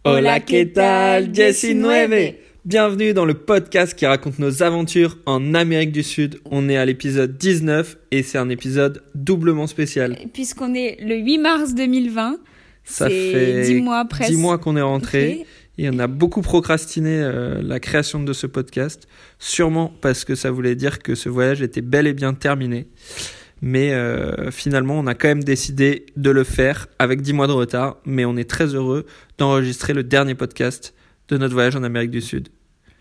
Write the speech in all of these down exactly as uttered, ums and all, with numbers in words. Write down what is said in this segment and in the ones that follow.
Hola, ¿qué tal? dix-neuf. Bienvenue dans le podcast qui raconte nos aventures en Amérique du Sud. On est à l'épisode dix-neuf et c'est un épisode doublement spécial. Puisqu'on est le huit mars deux mille vingt, ça c'est fait dix mois presque. dix mois qu'on est rentré Okay. Et on a beaucoup procrastiné euh, la création de ce podcast. Sûrement parce que ça voulait dire que ce voyage était bel et bien terminé. Mais euh, finalement, on a quand même décidé de le faire avec dix mois de retard. Mais on est très heureux d'enregistrer le dernier podcast de notre voyage en Amérique du Sud.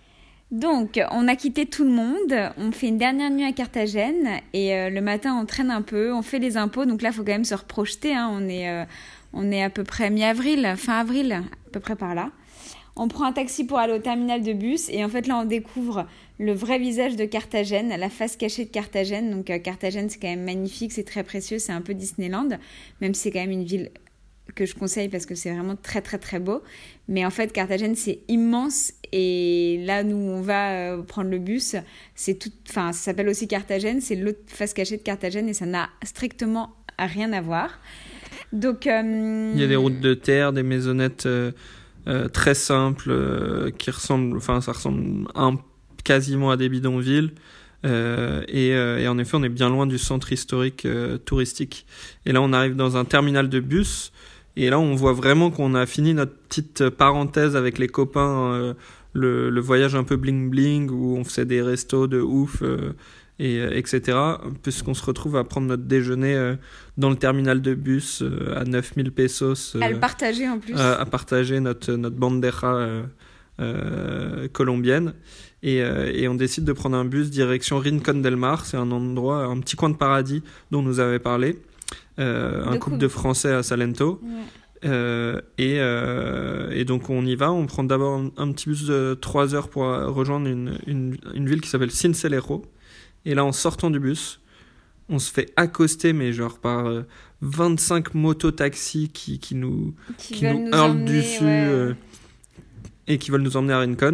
Donc, on a quitté tout le monde, on fait une dernière nuit à Carthagène et euh, le matin, on traîne un peu, on fait les impôts. Donc là, il faut quand même se reprojeter. Hein. On est, euh, on est à peu près mi-avril, fin avril, à peu près par là. On prend un taxi pour aller au terminal de bus et en fait, là, on découvre le vrai visage de Carthagène, la face cachée de Carthagène. Donc, euh, Carthagène, c'est quand même magnifique, c'est très précieux, c'est un peu Disneyland, même si c'est quand même une ville que je conseille parce que c'est vraiment très très très beau. Mais en fait, Carthagène, c'est immense et là, nous, on va euh, prendre le bus. C'est tout, enfin, ça s'appelle aussi Carthagène, c'est l'autre face cachée de Carthagène et ça n'a strictement rien à voir. Donc, euh... il y a des routes de terre, des maisonnettes euh, euh, très simples euh, qui ressemblent, enfin, ça ressemble un, quasiment à des bidonvilles. Euh, et, euh, et en effet, on est bien loin du centre historique euh, touristique. Et là, on arrive dans un terminal de bus. Et là, on voit vraiment qu'on a fini notre petite parenthèse avec les copains, euh, le, le voyage un peu bling-bling, où on faisait des restos de ouf, euh, et, etc. Puisqu'on se retrouve à prendre notre déjeuner euh, dans le terminal de bus euh, à neuf mille pesos. Euh, à le partager en plus. Euh, à partager notre, notre bandeja euh, euh, colombienne. Et, euh, et on décide de prendre un bus direction Rincón del Mar. C'est un endroit, un petit coin de paradis dont nous avait parlé. Euh, un couple de Français à Salento. Ouais. Euh, et, euh, et donc on y va, on prend d'abord un, un petit bus de trois heures pour rejoindre une, une, une ville qui s'appelle Sincelejo. Et là, en sortant du bus, on se fait accoster, mais genre par euh, vingt-cinq mototaxis qui, qui nous, qui qui nous nous hurlent emmener, dessus ouais. euh, et qui veulent nous emmener à Rincón.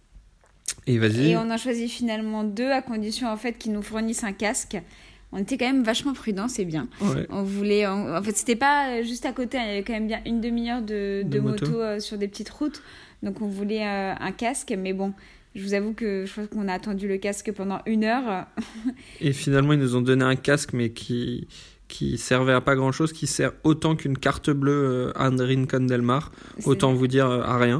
Et vas-y. Et on a choisi finalement deux à condition en fait qu'ils nous fournissent un casque. On était quand même vachement prudents, c'est bien. Ouais. On voulait, on... en fait, c'était pas juste à côté. Il y avait quand même bien une demi-heure de, de, de moto, moto euh, sur des petites routes. Donc on voulait euh, un casque, mais bon, je vous avoue que je pense qu'on a attendu le casque pendant une heure. Et finalement, ils nous ont donné un casque, mais qui qui servait à pas grand-chose, qui sert autant qu'une carte bleue à Rincón del Mar, c'est... autant vous dire à rien.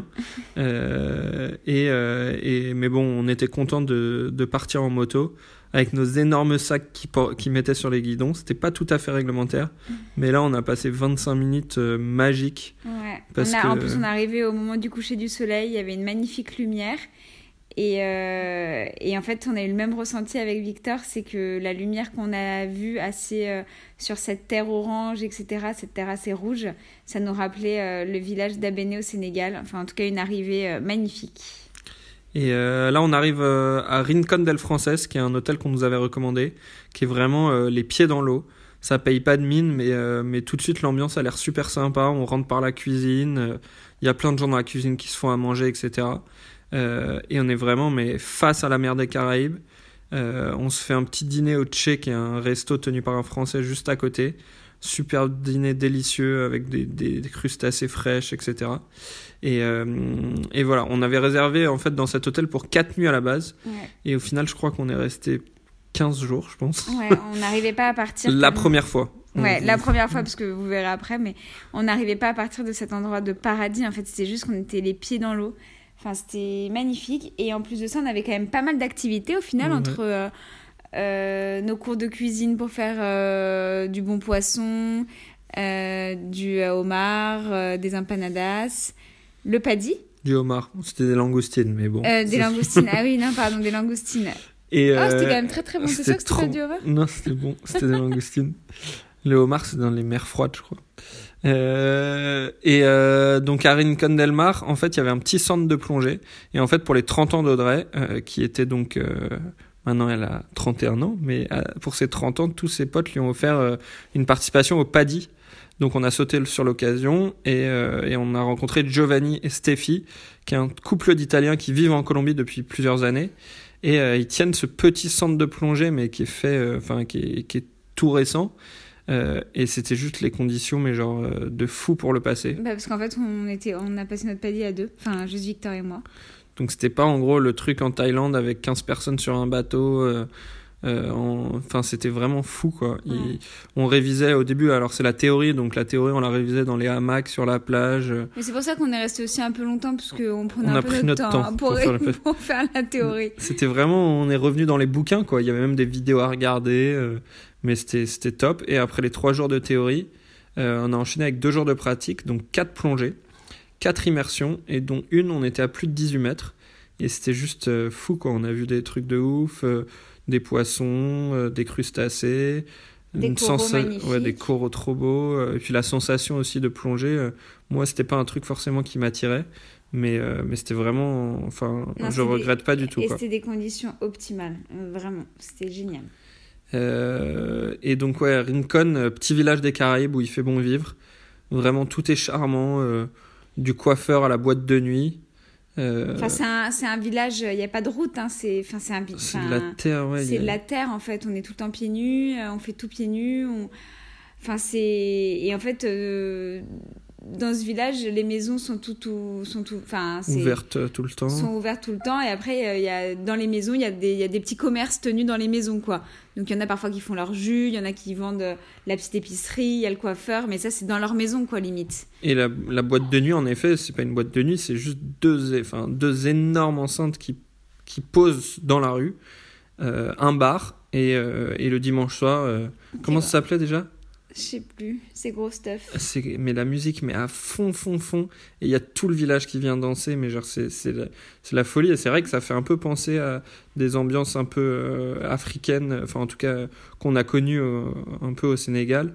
euh, et, euh, et mais bon, on était content de de partir en moto avec nos énormes sacs qui qui mettaient sur les guidons. C'était pas tout à fait réglementaire, mais là on a passé vingt-cinq minutes euh, magiques. Ouais. Parce on a, que... En plus, on est arrivé au moment du coucher du soleil. Il y avait une magnifique lumière. Et, euh, et en fait, on a eu le même ressenti avec Victor, c'est que la lumière qu'on a vue assez, euh, sur cette terre orange, et cetera, cette terre assez rouge, ça nous rappelait euh, le village d'Abéné au Sénégal. Enfin, en tout cas, une arrivée euh, magnifique. Et euh, là, on arrive euh, à Rincón del Francés, qui est un hôtel qu'on nous avait recommandé, qui est vraiment euh, les pieds dans l'eau. Ça paye pas de mine, mais, euh, mais tout de suite, l'ambiance a l'air super sympa. On rentre par la cuisine. Il euh, y a plein de gens dans la cuisine qui se font à manger, et cetera. Euh, et on est vraiment mais face à la mer des Caraïbes. Euh, on se fait un petit dîner au Che, qui est un resto tenu par un Français juste à côté. Super dîner délicieux avec des, des, des crustacés fraîches, et cetera. Et, euh, et voilà, on avait réservé en fait dans cet hôtel pour quatre nuits à la base. Ouais. Et au final, je crois qu'on est resté quinze jours, je pense. Ouais, on n'arrivait pas à partir. La comme... première fois. Ouais, la première fois, parce que vous verrez après, mais on n'arrivait pas à partir de cet endroit de paradis. En fait, c'était juste qu'on était les pieds dans l'eau. Enfin, c'était magnifique. Et en plus de ça, on avait quand même pas mal d'activités au final, mmh. entre euh, euh, nos cours de cuisine pour faire euh, du bon poisson, euh, du homard, euh, des empanadas, le paddy. Du homard, c'était des langoustines, mais bon. Euh, des langoustines, ah oui, non, pardon, des langoustines. Et oh, euh, c'était quand même très très bon. C'est sûr que c'était trop... pas du homard ? Non, c'était bon, c'était des langoustines. Le homard, c'est dans les mers froides, je crois. Euh, et euh, donc à Rincón del Mar, en fait, il y avait un petit centre de plongée. Et en fait, pour les trente ans d'Audrey, euh, qui était donc... Euh, maintenant, elle a trente et un ans, mais euh, pour ses trente ans, tous ses potes lui ont offert euh, une participation au paddy. Donc on a sauté sur l'occasion et, euh, et on a rencontré Giovanni et Steffi, qui est un couple d'Italiens qui vivent en Colombie depuis plusieurs années. Et euh, ils tiennent ce petit centre de plongée, mais qui est fait, enfin, euh, qui est, qui est tout récent. Euh, et c'était juste les conditions, mais genre euh, de fou pour le passer. Bah, parce qu'en fait, on, était, on a passé notre palier à deux. Enfin, juste Victor et moi. Donc c'était pas en gros le truc en Thaïlande avec quinze personnes sur un bateau. Euh, euh, en... Enfin, c'était vraiment fou, quoi. Ouais. Et on révisait au début, alors c'est la théorie, donc la théorie, on la révisait dans les hamacs sur la plage. Mais c'est pour ça qu'on est resté aussi un peu longtemps, parce qu'on prenait on un a peu pris notre, notre temps, temps hein, pour, pour faire le- pour faire la théorie. C'était vraiment, on est revenu dans les bouquins, quoi. Il y avait même des vidéos à regarder, euh, mais c'était, c'était top. Et après les trois jours de théorie, euh, on a enchaîné avec deux jours de pratique, donc quatre plongées, quatre immersions, et dont une, on était à plus de dix-huit mètres. Et c'était juste euh, fou, quoi. On a vu des trucs de ouf, euh, des poissons, euh, des crustacés, Des une coraux sensa- magnifiques. ouais, des coraux trop beaux, euh, et puis la sensation aussi de plonger. euh, moi, c'était pas un truc forcément qui m'attirait, mais euh, mais c'était vraiment, enfin, Non, je c'était regrette pas du tout, Et quoi. c'était des conditions optimales. Euh, Vraiment, c'était génial. Euh, et donc ouais, Rincon, euh, petit village des Caraïbes où il fait bon vivre. Vraiment, tout est charmant, euh, du coiffeur à la boîte de nuit. Euh, Enfin, c'est un, c'est un village, il n'y a pas de route. Hein, c'est, enfin, c'est un, vi- c'est enfin, de la terre, ouais. il c'est y a- de la terre, en fait. On est tout le temps pieds nus, euh, on fait tout pieds nus. On... Enfin, c'est... Et en fait, euh, dans ce village, les maisons sont tout... tout, sont tout... Enfin, c'est... Ouverte euh, tout le temps. sont ouvertes tout le temps. Et après, euh, il y a, dans les maisons, il y, a des- il y a des petits commerces tenus dans les maisons, quoi. Donc, il y en a parfois qui font leur jus, il y en a qui vendent euh, la petite épicerie, il y a le coiffeur. Mais ça, c'est dans leur maison, quoi, limite. Et la, la boîte de nuit, en effet, c'est pas une boîte de nuit, c'est juste deux, enfin, deux énormes enceintes qui, qui posent dans la rue, euh, un bar, et, euh, et le dimanche soir, euh, comment ça s'appelait déjà? Je sais plus, c'est gros stuff. C'est, mais la musique, mais à fond, fond, fond. Et il y a tout le village qui vient danser, mais genre, c'est, c'est, la, c'est la folie. Et c'est vrai que ça fait un peu penser à des ambiances un peu euh, africaines, enfin, en tout cas, qu'on a connues euh, un peu au Sénégal.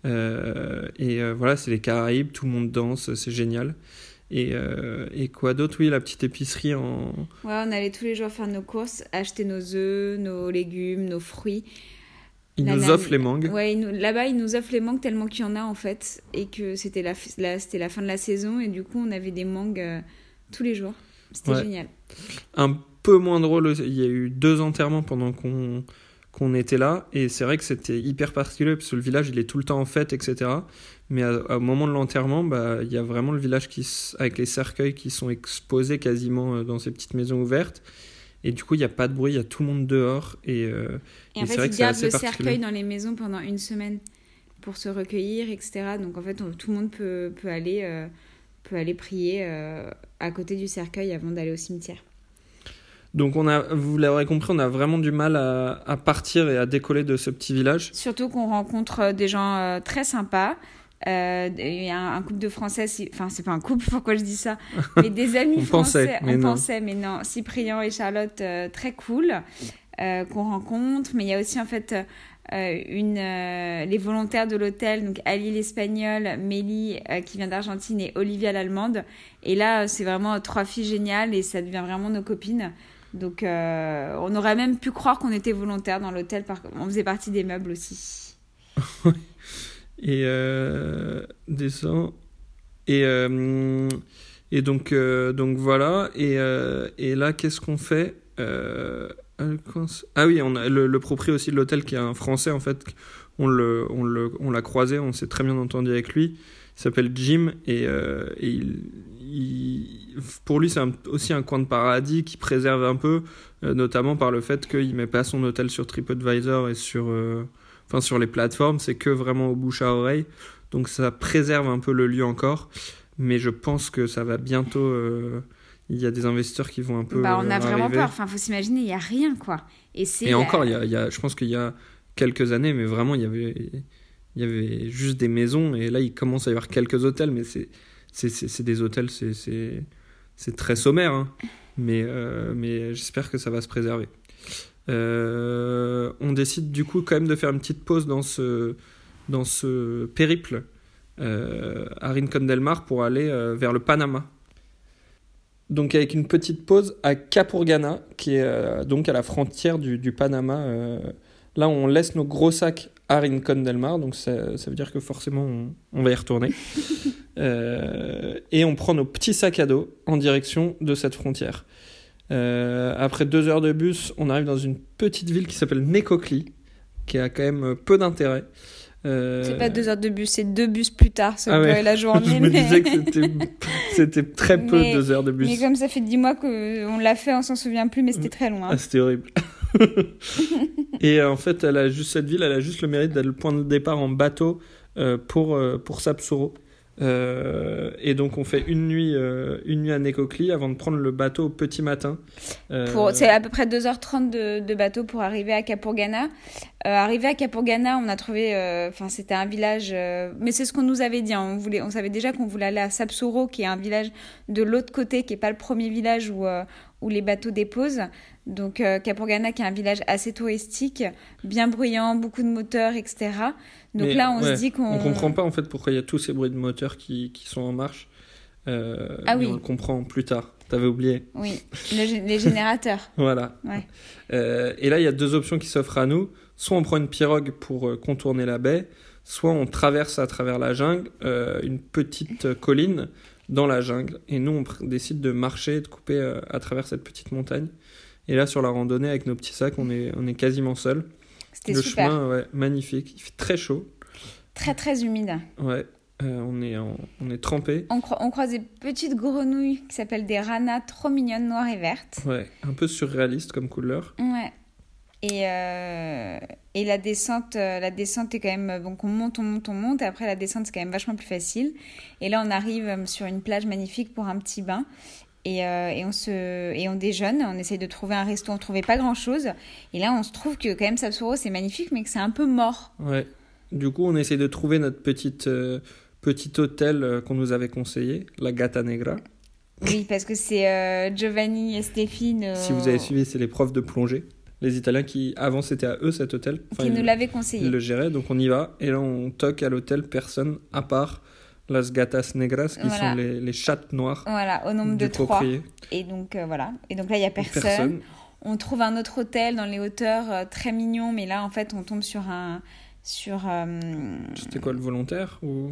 Euh, et euh, voilà, c'est les Caraïbes, tout le monde danse, c'est génial. Et, euh, et quoi d'autre? Oui, la petite épicerie en. Ouais, on allait tous les jours faire nos courses, acheter nos œufs, nos légumes, nos fruits. Ils La nous nana- offrent les mangues. Ouais, ils nous- là-bas, ils nous offrent les mangues tellement qu'il y en a, en fait. Et que c'était la, f- la- c'était la fin de la saison. Et du coup, on avait des mangues euh, tous les jours. C'était Ouais. génial. Un peu moins drôle, il y a eu deux enterrements pendant qu'on, qu'on était là, et c'est vrai que c'était hyper particulier, parce que le village, il est tout le temps en fête, et cetera. Mais à- au moment de l'enterrement, bah, il y a vraiment le village qui, s- avec les cercueils qui sont exposés quasiment euh, dans ces petites maisons ouvertes. Et du coup, il n'y a pas de bruit, il y a tout le monde dehors. Et, euh, Et en Et c'est fait, vrai ils que c'est gardent assez le particulier. cercueil dans les maisons pendant une semaine pour se recueillir, et cetera. Donc, en fait, on- tout le monde peut, peut, aller, euh, peut aller prier euh, à côté du cercueil avant d'aller au cimetière. donc, on a, vous l'aurez compris, on a vraiment du mal à, à partir et à décoller de ce petit village. Surtout qu'on rencontre euh, des gens euh, très sympas. Euh, Il y a un, un couple de Français, si- enfin c'est pas un couple, pourquoi je dis ça, mais des amis On français, pensait, mais on non. pensait, mais non, Cyprien et Charlotte, euh, très cool, euh, qu'on rencontre, mais il y a aussi en fait euh, une, euh, les volontaires de l'hôtel, donc Ali l'Espagnole, Mélie euh, qui vient d'Argentine et Olivia l'Allemande, et là euh, c'est vraiment trois filles géniales et ça devient vraiment nos copines. Donc euh, on aurait même pu croire qu'on était volontaires dans l'hôtel, par... on faisait partie des meubles aussi. Et euh, descend. Et, euh, et donc, euh, donc voilà. Et, euh, et là, qu'est-ce qu'on fait? Euh, Ah oui, on a le, le proprio aussi de l'hôtel qui est un Français en fait. On, le, on, le, on l'a croisé, on s'est très bien entendu avec lui. Il s'appelle Jim et, euh, et il, il, pour lui c'est un, aussi un coin de paradis qui préserve un peu, euh, notamment par le fait qu'il met pas son hôtel sur TripAdvisor et sur, euh, enfin sur les plateformes, c'est que vraiment au bouche à oreille. Donc ça préserve un peu le lieu encore, mais je pense que ça va bientôt. Euh, il y a des investisseurs qui vont un peu. Bah, on a euh, vraiment arriver. peur. Enfin, faut s'imaginer, il y a rien quoi. Et c'est. Et la- encore, il y a, il y a, je pense qu'il y a quelques années, mais vraiment, il y avait, il y avait juste des maisons. Et là, il commence à y avoir quelques hôtels, mais c'est, c'est, c'est, c'est des hôtels, c'est, c'est, c'est très sommaire. Hein. Mais, euh, mais j'espère que ça va se préserver. Euh, on décide du coup quand même de faire une petite pause dans ce, dans ce périple euh, à Rincon del Mar pour aller euh, vers le Panama. Donc avec une petite pause à Capurganá, qui est euh, donc à la frontière du, du Panama. Euh, là, on laisse nos gros sacs à Rincon del Mar, donc ça, ça veut dire que forcément, on, on va y retourner. euh, et on prend nos petits sacs à dos en direction de cette frontière. Euh, après deux heures de bus, on arrive dans une petite ville qui s'appelle Nécoclí, qui a quand même peu d'intérêt. Euh... C'est pas deux heures de bus, c'est deux bus plus tard, ça ah peut ouais. la journée. Je me mais... disais que c'était, c'était très peu mais, deux heures de bus. Mais comme ça fait dix mois qu'on l'a fait, on s'en souvient plus, mais c'était très loin. Ah, c'était horrible. Et euh, en fait, elle a juste, cette ville, elle a juste le mérite d'être le point de départ en bateau euh, pour, euh, pour Sapsoro. Euh, et donc on fait une nuit, euh, une nuit à Nécoclí avant de prendre le bateau au petit matin. Euh... Pour, c'est à peu près deux heures trente de, de bateau pour arriver à Capurganá. Euh, arrivé à Capurganá, on a trouvé, enfin euh, c'était un village, euh, mais c'est ce qu'on nous avait dit. Hein, on voulait, on savait déjà qu'on voulait aller à Sapsoro, qui est un village de l'autre côté, qui est pas le premier village où euh, où les bateaux déposent. Donc euh, Capurganá, qui est un village assez touristique, bien bruyant, beaucoup de moteurs, et cetera. Donc mais, là, on ouais, se dit qu'on... On comprend pas en fait pourquoi il y a tous ces bruits de moteurs qui, qui sont en marche. Euh, ah oui. On le comprend plus tard. T'avais oublié. Oui, le, les générateurs. Voilà. Ouais. Euh, et là, il y a deux options qui s'offrent à nous. Soit on prend une pirogue pour euh, contourner la baie, soit on traverse à travers la jungle euh, une petite euh, colline dans la jungle. Et nous, on pr- décide de marcher, de couper euh, à travers cette petite montagne. Et là, sur la randonnée, avec nos petits sacs, on est, on est quasiment seuls. C'était le super. chemin, ouais, magnifique. Il fait très chaud. Très, très humide. Ouais, euh, on est, en, on est trempé. On, cro- on croise des petites grenouilles qui s'appellent des ranas trop mignonnes, noires et vertes. Ouais, un peu surréaliste comme couleur. Ouais. Et, euh, et la descente, euh, la descente est quand même... Donc on monte, on monte, on monte. Et après, la descente, c'est quand même vachement plus facile. Et là, on arrive sur une plage magnifique pour un petit bain. Et, euh, et, on se, et on déjeune, on essaye de trouver un resto, on ne trouvait pas grand-chose. Et là, on se trouve que quand même Sapsoro, c'est magnifique, mais que c'est un peu mort. Ouais. Du coup, on essaye de trouver notre petite, euh, petit hôtel euh, qu'on nous avait conseillé, la Gata Negra. Oui, parce que c'est euh, Giovanni et Stéphine... Euh... Si vous avez suivi, c'est les profs de plongée. Les Italiens qui, avant, c'était à eux cet hôtel. Enfin, qui ils, nous l'avaient conseillé. Ils le géraient, donc on y va. Et là, on toque à l'hôtel, personne, à part... Las Gatas Negras, qui voilà. sont les, les chattes noires. Voilà, au nombre de trois. Et donc, euh, voilà. Et donc là, il n'y a personne. personne. On trouve un autre hôtel dans les hauteurs, euh, très mignon, mais là, en fait, on tombe sur un... Sur, euh... C'était quoi, le volontaire ou...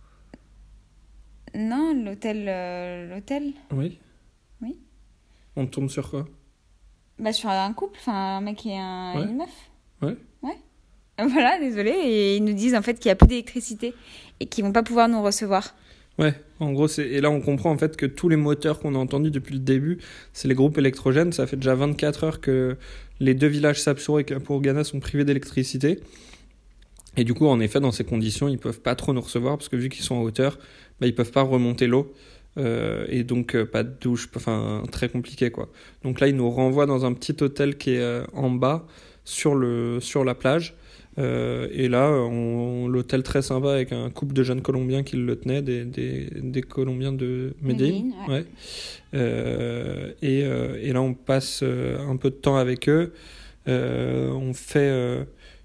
Non, l'hôtel... Euh, l'hôtel. Oui. Oui. On tombe sur quoi? Bah, sur un couple, enfin, un mec et un, ouais. une meuf. Ouais. Ouais. Voilà, désolé. Et ils nous disent en fait qu'il n'y a plus d'électricité et qu'ils ne vont pas pouvoir nous recevoir. Ouais, en gros, c'est... et là on comprend en fait que tous les moteurs qu'on a entendus depuis le début, c'est les groupes électrogènes. Ça fait déjà vingt-quatre heures que les deux villages Sapsoro et Capurganá sont privés d'électricité. Et du coup, en effet, dans ces conditions, ils ne peuvent pas trop nous recevoir parce que vu qu'ils sont en hauteur, bah, ils ne peuvent pas remonter l'eau. Euh, et donc, euh, pas de douche, enfin, très compliqué quoi. Donc là, ils nous renvoient dans un petit hôtel qui est euh, en bas sur, le... sur la plage. Euh, et là, on, l'hôtel très sympa avec un couple de jeunes Colombiens qui le tenaient, des, des, des Colombiens de Medellín. Ouais. Ouais. Euh, et, euh, et là, on passe un peu de temps avec eux. Euh, on fait euh,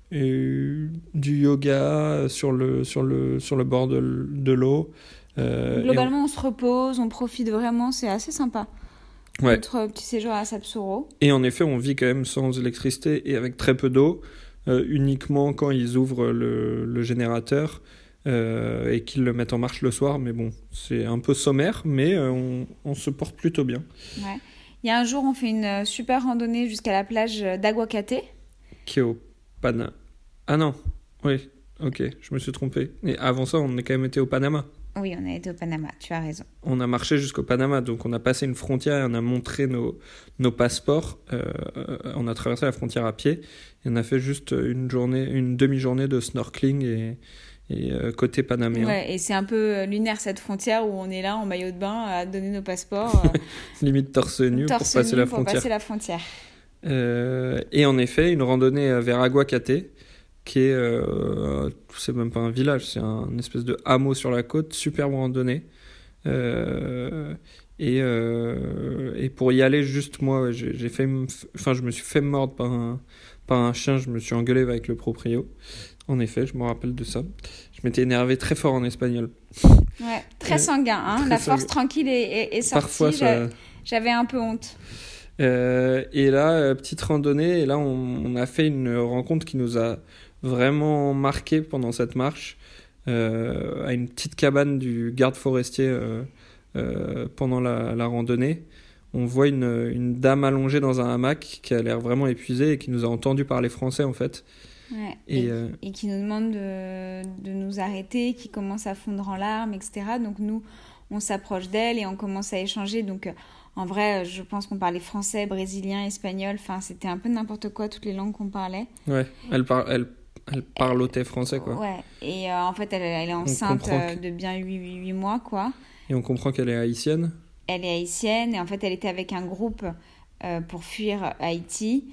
du yoga sur le, sur le, sur le bord de, de l'eau. Euh, Globalement, on... on se repose, on profite vraiment, c'est assez sympa. Ouais. Notre petit séjour à Sapsoro. Et en effet, on vit quand même sans électricité et avec très peu d'eau. Euh, uniquement quand ils ouvrent le, le générateur euh, et qu'ils le mettent en marche le soir. Mais bon, c'est un peu sommaire, mais euh, on, on se porte plutôt bien. Ouais. Il y a un jour, on fait une super randonnée jusqu'à la plage d'Aguacate. Qui est au Panama. Ah non, oui, ok, je me suis trompé. Et avant ça, on a quand même été au Panama. Oui, on a été au Panama, tu as raison. On a marché jusqu'au Panama, donc on a passé une frontière et on a montré nos, nos passeports. Euh, on a traversé la frontière à pied et on a fait juste une journée, une demi-journée de snorkeling et, et euh, côté panaméen. Ouais, et c'est un peu lunaire cette frontière où on est là en maillot de bain à donner nos passeports. Euh, Limite torse nu torse pour passer nu la pour frontière. Passer la frontière. Euh, et en effet, une randonnée vers Aguacate, qui est, euh, c'est même pas un village, c'est un une espèce de hameau sur la côte, superbe randonnée. Euh, et, euh, et pour y aller, juste moi, j'ai, j'ai fait, enfin, je me suis fait mordre par un, par un chien, je me suis engueulé avec le proprio. En effet, je me rappelle de ça. Je m'étais énervé très fort en espagnol. Ouais, très sanguin, hein. Très la force sanguin. Tranquille est, est, est sortie. Parfois, ça... J'avais un peu honte. Euh, et là, euh, petite randonnée, et là, on, on a fait une rencontre qui nous a vraiment marqué pendant cette marche, euh, à une petite cabane du garde forestier euh, euh, pendant la, la randonnée. On voit une, une dame allongée dans un hamac qui a l'air vraiment épuisée et qui nous a entendu parler français en fait. Ouais. Et, Et, euh, et qui nous demande de, de nous arrêter, qui commence à fondre en larmes, et cetera. Donc nous, on s'approche d'elle et on commence à échanger. Donc euh, en vrai, je pense qu'on parlait français, brésilien, espagnol. Enfin, c'était un peu n'importe quoi, toutes les langues qu'on parlait. ouais, elle, par... elle... elle parlotait français, quoi. Ouais. Et euh, en fait, elle, elle est enceinte comprend que- euh, de bien huit mois, quoi. Et on comprend qu'elle est haïtienne. Elle est haïtienne et en fait, elle était avec un groupe euh, pour fuir Haïti.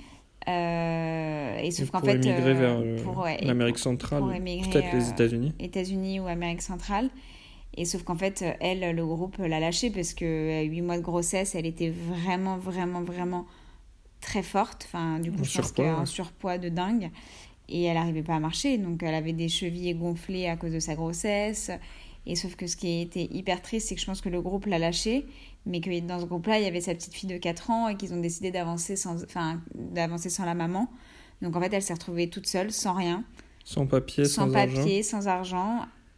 Euh, et sauf Et qu'en pour fait, émigrer euh, vers euh, pour, ouais, et l'Amérique pour- centrale, pour émigrer, peut-être les euh, États-Unis. États-Unis ou Amérique centrale. Et sauf qu'en fait, elle, le groupe l'a lâchée parce que huit mois de grossesse, elle était vraiment, vraiment, vraiment très forte. Enfin, du coup, En je pense surpoids, qu'un ouais. surpoids de dingue. Et elle n'arrivait pas à marcher. Donc, elle avait des chevilles gonflées à cause de sa grossesse. Et sauf que ce qui était hyper triste, c'est que je pense que le groupe l'a lâchée. Mais que dans ce groupe-là, il y avait sa petite fille de quatre ans et qu'ils ont décidé d'avancer sans, enfin, d'avancer sans la maman. Donc, en fait, elle s'est retrouvée toute seule, sans rien. Sans papier, Sans, sans, papier, argent. sans argent.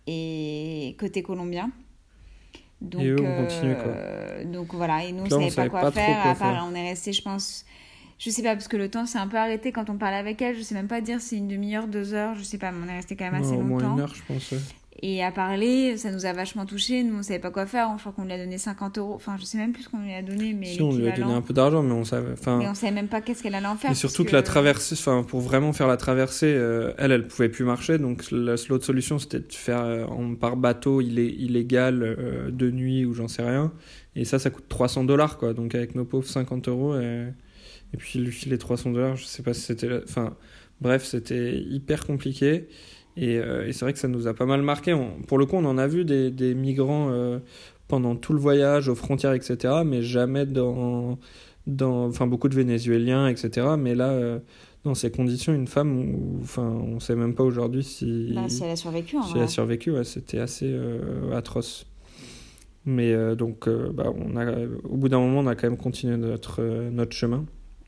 Et côté colombien. Donc, Et eux, on continue, quoi. euh, donc voilà, et nous, on Là, on savait savait pas quoi pas trop faire. quoi à part, faire. on est resté, je pense, je sais pas, parce que le temps s'est un peu arrêté quand on parlait avec elle. Je sais même pas dire si c'est une demi-heure, deux heures, je sais pas, mais on est resté quand même assez Ouais, au moins longtemps. une heure, je pense. ouais. Et à parler, ça nous a vachement touchés. Nous, on savait pas quoi faire. Je crois qu'on lui a donné cinquante euros. Enfin, je sais même plus ce qu'on lui a donné, mais Si, on lui a donné l'équivalent. un peu d'argent, mais on savait. Enfin, Mais on savait même pas qu'est-ce qu'elle allait en faire. et surtout parce que la traversée, enfin, pour vraiment faire la traversée, euh, elle, elle pouvait plus marcher. Donc la- l'autre solution, c'était de faire euh, en- par bateau illé- illégal euh, de nuit ou j'en sais rien. Et ça, ça coûte trois cents dollars, quoi. Donc avec nos pauvres cinquante euros et, et puis lui filer trois cents dollars, je sais pas si c'était. la- Enfin, bref, c'était hyper compliqué. Et, euh, et c'est vrai que ça nous a pas mal marqué. On- pour le coup, on en a vu des, des migrants euh, pendant tout le voyage, aux frontières, et cetera. Mais jamais dans, dans, enfin beaucoup de Vénézuéliens, et cetera. Mais là, euh, dans ces conditions, une femme, où, enfin, on sait même pas aujourd'hui si, Bah, si elle a survécu, en si vrai. elle a survécu. Ouais, c'était assez euh, atroce. Mais euh, donc, euh, bah, on a, au bout d'un moment, on a quand même continué notre euh, notre chemin.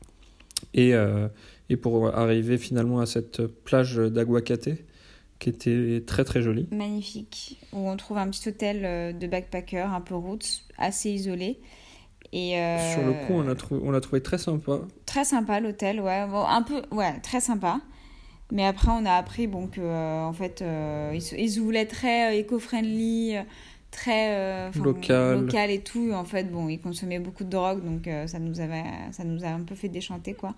Et euh, et pour arriver finalement à cette plage d'Aguacate, qui était très très jolie. Magnifique. Où on trouve un petit hôtel euh, de backpacker, un peu roots, assez isolé. Et euh, Sur le coup, on l'a trou- on l'a trouvé très sympa. très sympa l'hôtel, ouais. Bon, un peu, ouais, très sympa. Mais après, on a appris bon, que, euh, en fait, euh, ils, se- ils se voulaient très euh, éco-friendly, euh, très euh, enfin, Local. local et tout. En fait, bon, ils consommaient beaucoup de drogue, donc euh, ça, nous avait, ça nous a un peu fait déchanter, quoi.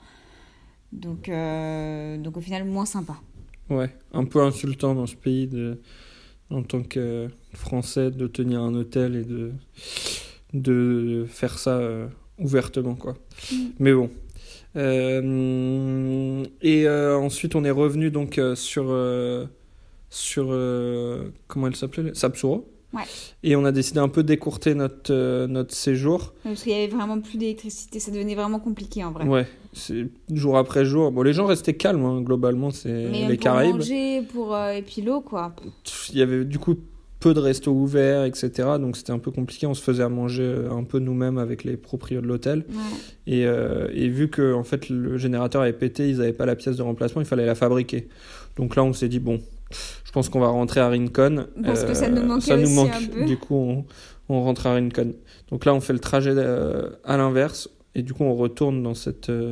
Donc, euh, donc au final, moins sympa. Ouais, un peu insultant dans ce pays de, en tant que Français de tenir un hôtel et de, de faire ça euh, ouvertement, quoi. Mm. Mais bon. Euh, et euh, ensuite, on est revenu donc euh, sur, euh, sur euh, comment elle s'appelait, Sapsuro. Ouais. Et on a décidé un peu d'écourter notre, euh, notre séjour. Parce qu'il y avait vraiment plus d'électricité, ça devenait vraiment compliqué en vrai. Ouais, c'est jour après jour. Bon, les gens restaient calmes, hein, globalement, c'est Mais les pour Caraïbes. manger, pour euh, et puis l'eau quoi. Il y avait du coup peu de restos ouverts, et cetera. Donc c'était un peu compliqué. On se faisait à manger un peu nous-mêmes avec les propriétaires de l'hôtel. Ouais. Et, euh, et vu que en fait le générateur avait pété, ils n'avaient pas la pièce de remplacement, il fallait la fabriquer. Donc là, on s'est dit bon, je pense qu'on va rentrer à Rincon. Parce que ça nous manquait ça nous aussi manque. un peu. Du coup, on, on rentre à Rincon. Donc là, on fait le trajet euh, à l'inverse. Et du coup, on retourne dans cette... Euh,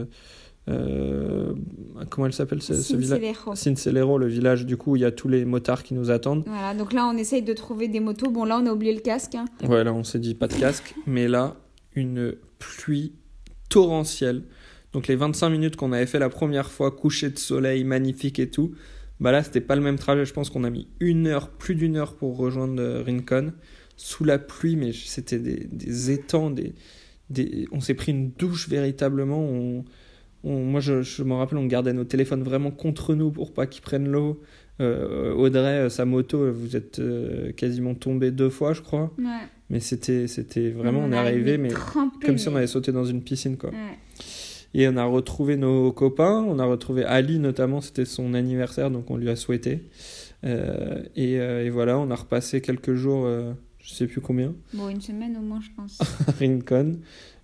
euh, comment elle s'appelle ce, ce village Sincelejo. Sincelejo, le village du coup où il y a tous les motards qui nous attendent. Voilà, donc là on essaye de trouver des motos. Bon là on a oublié le casque. Hein. Ouais, là on s'est dit pas de casque, mais là une pluie torrentielle. Donc les vingt-cinq minutes qu'on avait fait la première fois, coucher de soleil magnifique et tout, bah là c'était pas le même trajet. Je pense qu'on a mis une heure, plus d'une heure pour rejoindre Rincon sous la pluie, mais c'était des, des étangs, des, des... on s'est pris une douche véritablement. On... On, moi, je, je me rappelle, on gardait nos téléphones vraiment contre nous pour pas qu'ils prennent l'eau. Euh, Audrey, sa moto, vous êtes euh, quasiment tombé deux fois, je crois. Ouais. Mais c'était, c'était vraiment, on, on est arrivé, mais trempé, comme mais... si on avait sauté dans une piscine, quoi. Ouais. Et on a retrouvé nos copains. On a retrouvé Ali, notamment, c'était son anniversaire, donc on lui a souhaité. Euh, et, euh, et voilà, on a repassé quelques jours, euh, je sais plus combien. Bon, une semaine au moins, je pense. à Rincon.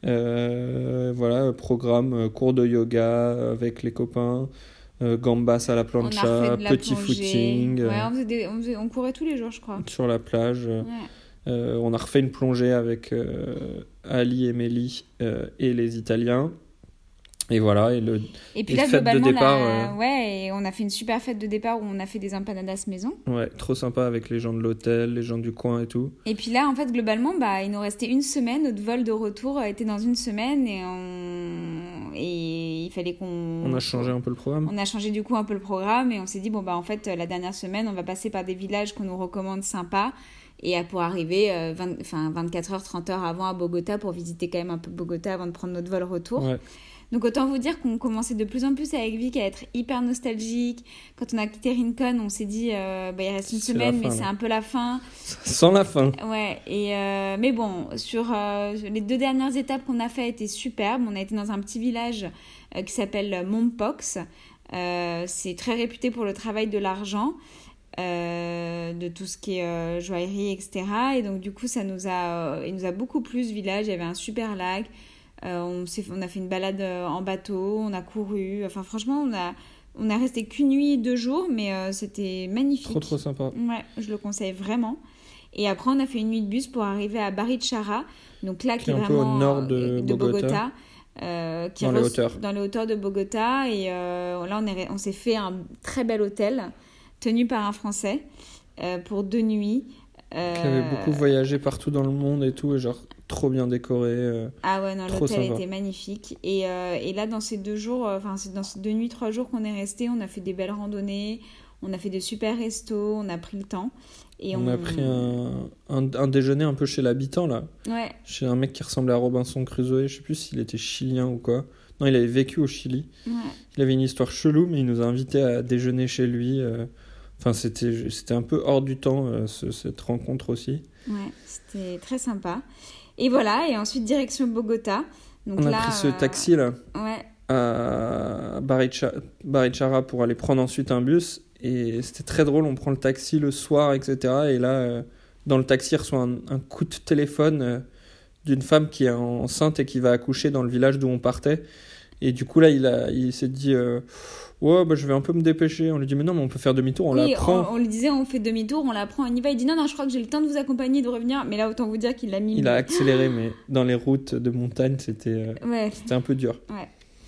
Euh, voilà, programme, euh, cours de yoga avec les copains, euh, gambas à la plancha, petit plongée. footing. Ouais, euh, on, faisait des, on, faisait, on courait tous les jours, je crois. sur la plage. Ouais. Euh, on a refait une plongée avec euh, Ali et Mélie euh, et les Italiens. Et voilà, et le Et puis et là, fête de globalement, départ, la- euh, ouais, et on a fait une super fête de départ où on a fait des empanadas maison. ouais, trop sympa avec les gens de l'hôtel, les gens du coin et tout. Et puis là, en fait, globalement, bah, il nous restait une semaine. Notre vol de retour était dans une semaine et, on... et il fallait qu'on... On a changé un peu le programme. On a changé du coup un peu le programme et on s'est dit, bon, bah, en fait, la dernière semaine, on va passer par des villages qu'on nous recommande sympas et à- pour arriver euh, vingt... enfin, vingt-quatre heures, trente heures avant à Bogota pour visiter quand même un peu Bogota avant de prendre notre vol retour. Ouais. Donc autant vous dire qu'on commençait de plus en plus avec Vic à être hyper nostalgique. Quand on a quitté Rincon, on s'est dit, euh, bah, il reste une C'est semaine, la fin, mais c'est là. un peu la fin. Sans la fin. Ouais, et euh, mais bon, sur euh, les deux dernières étapes qu'on a fait étaient superbes. On a été dans un petit village euh, qui s'appelle Mompox. Euh, c'est très réputé pour le travail de l'argent, euh, de tout ce qui est euh, joaillerie, et cetera. Et donc du coup, ça nous a, euh, il nous a beaucoup plu ce village. Il y avait un super lac. Euh, on, s'est, on a fait une balade euh, en bateau, on a couru. Enfin, franchement, on a, on a resté qu'une nuit, deux jours, mais euh, c'était magnifique. Trop trop sympa. Ouais, je le conseille vraiment. Et après, on a fait une nuit de bus pour arriver à Barichara, donc là, qui, Qui est est un peu vraiment au nord de euh, de Bogota. Bogota, euh, qui Dans est les re- hauteurs. dans les hauteurs de Bogota. Et euh, là, on, est, on s'est fait un très bel hôtel tenu par un Français euh, pour deux nuits. Euh, Qui avait beaucoup voyagé partout dans le monde et tout, et genre trop bien décoré. euh, Ah ouais, non, Trop l'hôtel sympa. était magnifique. Et, euh, et là, dans ces deux jours, euh, enfin, c'est dans ces deux nuits, trois jours qu'on est resté, on a fait des belles randonnées, on a fait de super restos, on a pris le temps. Et on, on, a pris un, un, un déjeuner un peu chez l'habitant, là. Ouais, Chez un mec qui ressemblait à Robinson Crusoe, je sais plus s'il était chilien ou quoi. Non, il avait vécu au Chili. ouais. Il avait une histoire chelou, mais il nous a invités à déjeuner chez lui. euh. Enfin, c'était, c'était un peu hors du temps, euh, ce- cette rencontre aussi. Ouais, c'était très sympa. Et voilà, et ensuite direction Bogota. Donc On a là, pris ce euh, taxi, là, Ouais, à Baricha- Barichara pour aller prendre ensuite un bus. Et c'était très drôle, on prend le taxi le soir, et cetera. Et là, euh, dans le taxi, il reçoit un, un coup de téléphone euh, d'une femme qui est enceinte et qui va accoucher dans le village d'où on partait. Et du coup, là, il, a, il s'est dit euh, ouais, bah, je vais un peu me dépêcher. On lui dit mais non, mais on peut faire demi-tour, on oui, la prend. on, on lui disait on fait demi-tour, on la prend, on y va. Il dit non, non, je crois que j'ai le temps de vous accompagner, de revenir. Mais là, autant vous dire qu'il l'a mis. Il a accéléré, mais dans les routes de montagne, c'était, euh, Ouais, c'était un peu dur. ouais.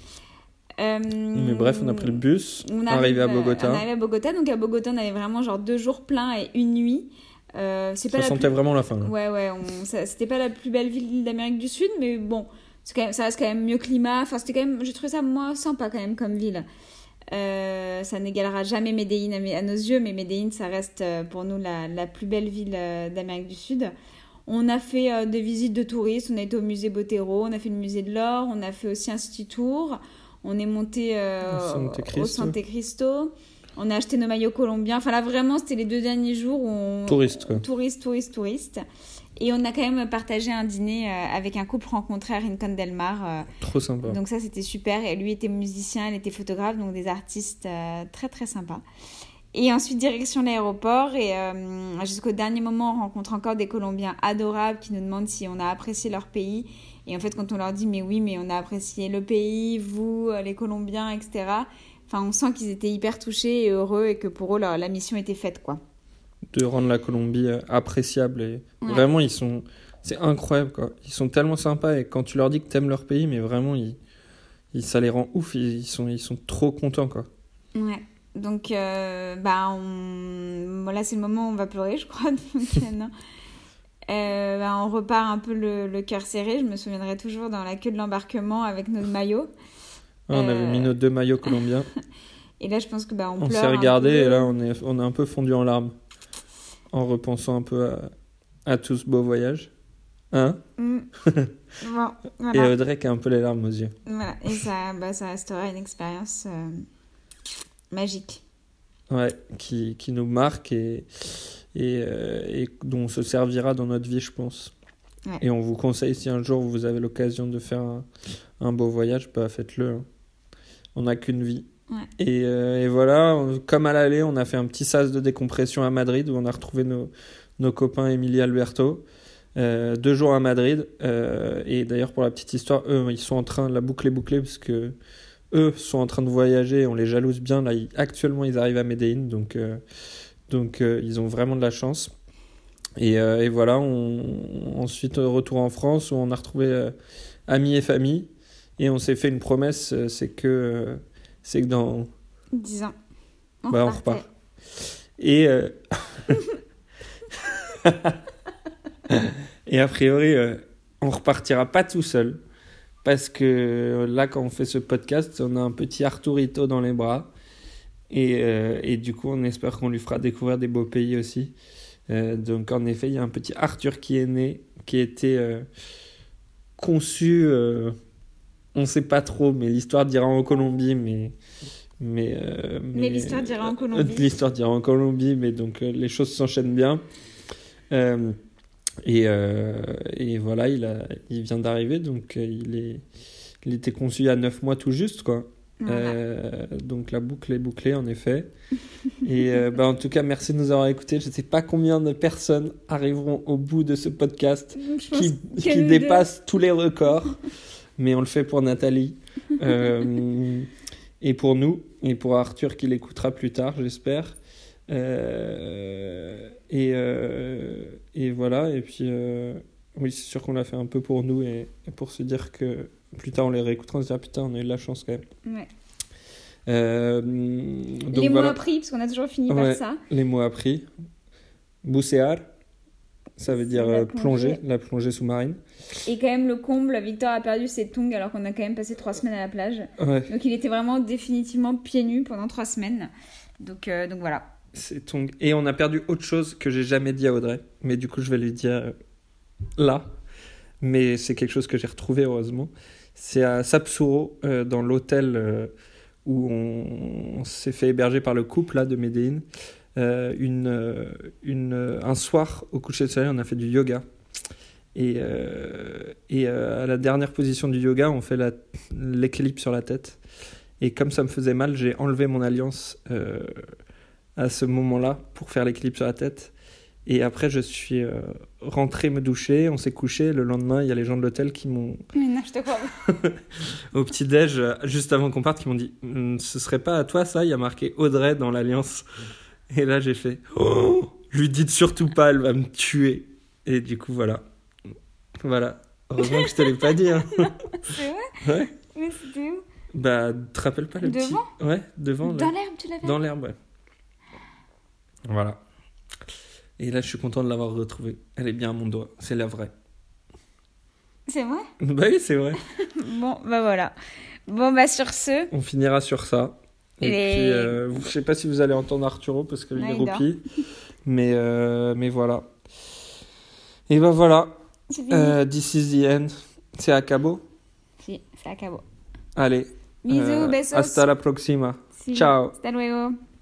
Euh, Mais bref, on a pris le bus, on arrivé à arrive, euh, Bogota. On arrive à Bogota, donc à Bogota, on avait vraiment genre deux jours pleins et une nuit. Euh, c'est pas Ça la sentait plus... vraiment la fin. Là. Ouais, ouais, on... ça- c'était pas la plus belle ville d'Amérique du Sud, mais bon, c'est quand même... ça reste quand même mieux climat. Enfin, c'était quand même... J'ai trouvé ça, moi, sympa quand même comme ville. Euh, ça n'égalera jamais Medellín à, mes- à nos yeux, mais Medellín, ça reste euh, pour nous la, la plus belle ville euh, d'Amérique du Sud. On a fait euh, des visites de touristes, on a été au musée Botero, on a fait le musée de l'or, on a fait aussi un city tour, on est monté euh, Au Santo Cristo. au Santo Cristo, on a acheté nos maillots colombiens. Enfin là, vraiment, c'était les deux derniers jours où on... Touriste, quoi. Touriste, touriste, touriste. Et on a quand même partagé un dîner euh, avec un couple rencontré à Rincon del Mar. euh, Trop sympa. donc ça, c'était super. Et lui était musicien, elle était photographe, donc des artistes euh, très, très sympas. Et ensuite, direction l'aéroport. Et euh, jusqu'au dernier moment, on rencontre encore des Colombiens adorables qui nous demandent si on a apprécié leur pays. Et en fait, quand on leur dit « mais oui, mais on a apprécié le pays, vous, euh, les Colombiens, et cetera » Enfin, on sent qu'ils étaient hyper touchés et heureux et que pour eux, leur, la mission était faite, quoi. De rendre la Colombie euh, appréciable. Et Ouais. vraiment, ils sont... C'est incroyable, quoi. Ils sont tellement sympas. Et quand tu leur dis que t'aimes leur pays, mais vraiment, ils... Ils... ça les rend ouf. Ils... Ils, sont... ils sont trop contents, quoi. Ouais. Donc, euh, bah, on... bon, là, c'est le moment où on va pleurer, je crois. Donc, euh, non. Euh, bah, on repart un peu le, le cœur serré. Je me souviendrai toujours dans la queue de l'embarquement avec nos maillots. Ah, on Euh, avait mis nos deux maillots colombiens. Et là, je pense que bah, on, On pleure s'est un regardé peu. et là, on est, on est un peu fondu en larmes. En repensant un peu à, à tout ce beau voyage. Hein Mm. Bon, Et voilà. Audrey qui a un peu les larmes aux yeux. Voilà. Et ça, bah, ça restera une expérience euh, magique. Ouais, qui, qui nous marque et, et, euh, et dont on se servira dans notre vie, je pense. Ouais. Et on vous conseille, si un jour vous avez l'occasion de faire un, un beau voyage, bah faites-le. Hein. On n'a qu'une vie. Ouais. Et, euh, et voilà, on- comme à l'aller, on a fait un petit sas de décompression à Madrid où on a retrouvé nos, nos copains Émilie et Alberto. Euh, deux jours à Madrid. Euh, et d'ailleurs, pour la petite histoire, eux, ils sont en train de la boucler boucler parce que eux sont en train de voyager. On les jalouse bien. Là, ils- actuellement, ils arrivent à Medellín. Donc, euh, donc euh, ils ont vraiment de la chance. Et, euh, et voilà, on, ensuite, retour en France où on a retrouvé euh, amis et famille. Et on s'est fait une promesse, euh, c'est que, euh, c'est que dans... dix ans. On bah, on repart. Et, euh... Et a priori, euh, on repartira pas tout seul. Parce que là, quand on fait ce podcast, on a un petit Arturito dans les bras. Et, euh, et du coup, on espère qu'on lui fera découvrir des beaux pays aussi. Euh, donc, en effet, il y a un petit Arthur qui est né, qui a été euh, conçu, euh, on ne sait pas trop, mais l'histoire dira en Colombie. Mais, mais, euh, mais, mais l'histoire dira en Colombie. Euh, l'histoire dira en Colombie, mais donc euh, les choses s'enchaînent bien. Euh, et, euh, et voilà, il, a, il vient d'arriver, donc euh, il, est, il était conçu il y a neuf mois tout juste, quoi. Voilà. Euh, donc la boucle est bouclée en effet. Et euh, bah, en tout cas, merci de nous avoir écoutés. Je ne sais pas combien de personnes arriveront au bout de ce podcast qui, qui dépasse deux. tous les records, mais on le fait pour Nathalie euh, et pour nous et pour Arthur qui l'écoutera plus tard, j'espère. Euh, et, euh, et voilà. Et puis euh, oui, c'est sûr qu'on l'a fait un peu pour nous et, et pour se dire que plus tard on les réécoutera, on se dira putain, on a eu de la chance quand même. Ouais. Euh, donc les voilà. mots appris, parce qu'on a toujours fini ouais, par ça. Les mots appris. Bucear, ça veut dire la plongée. plongée, la plongée sous-marine. Et quand même le comble, Victor a perdu ses tongs alors qu'on a quand même passé trois semaines à la plage. Ouais. Donc il était vraiment définitivement pieds nus pendant trois semaines. Donc, euh, donc voilà. C'est tongs. Et on a perdu autre chose que j'ai jamais dit à Audrey, mais du coup je vais lui dire là. Mais c'est quelque chose que j'ai retrouvé heureusement. C'est à Sapsuro, euh, dans l'hôtel euh, où on, on s'est fait héberger par le couple là, de Médéine. Euh, une, une, un soir, au coucher de soleil, on a fait du yoga. Et, euh, et euh, à la dernière position du yoga, on fait la, l'équilibre sur la tête. Et comme ça me faisait mal, j'ai enlevé mon alliance euh, à ce moment-là pour faire l'équilibre sur la tête. Et après, je suis euh, rentré me doucher, on s'est couché. Le lendemain, il y a les gens de l'hôtel qui m'ont... Mais non, je te crois. Au petit-déj, juste avant qu'on parte, qui m'ont dit « Ce serait pas à toi, ça ?» Il y a marqué « Audrey » dans l'Alliance. Et là, j'ai fait « Oh, lui dites surtout pas, elle va me tuer. » Et du coup, voilà. Voilà. Heureusement que je te l'ai pas dit. Hein. C'est vrai ? Ouais. Mais c'était où ? Bah, tu te rappelles pas le devant petit... Ouais, devant. Dans là. l'herbe, tu l'avais ? Dans l'herbe, ouais. Voilà. Et là, je suis content de l'avoir retrouvée. Elle est bien à mon doigt. C'est la vraie. C'est vrai ? Bah oui, c'est vrai. Bon, bah voilà. Bon, bah sur ce... On finira sur ça. Et, Et... puis, euh, je sais pas si vous allez entendre Arturo parce qu'il est roupie. Mais, euh, mais voilà. Et bah voilà. Euh, this is the end. C'est acabo ? Si, c'est acabo. Allez. Bisous, euh, besos. Hasta la próxima. Si. Ciao. Hasta luego.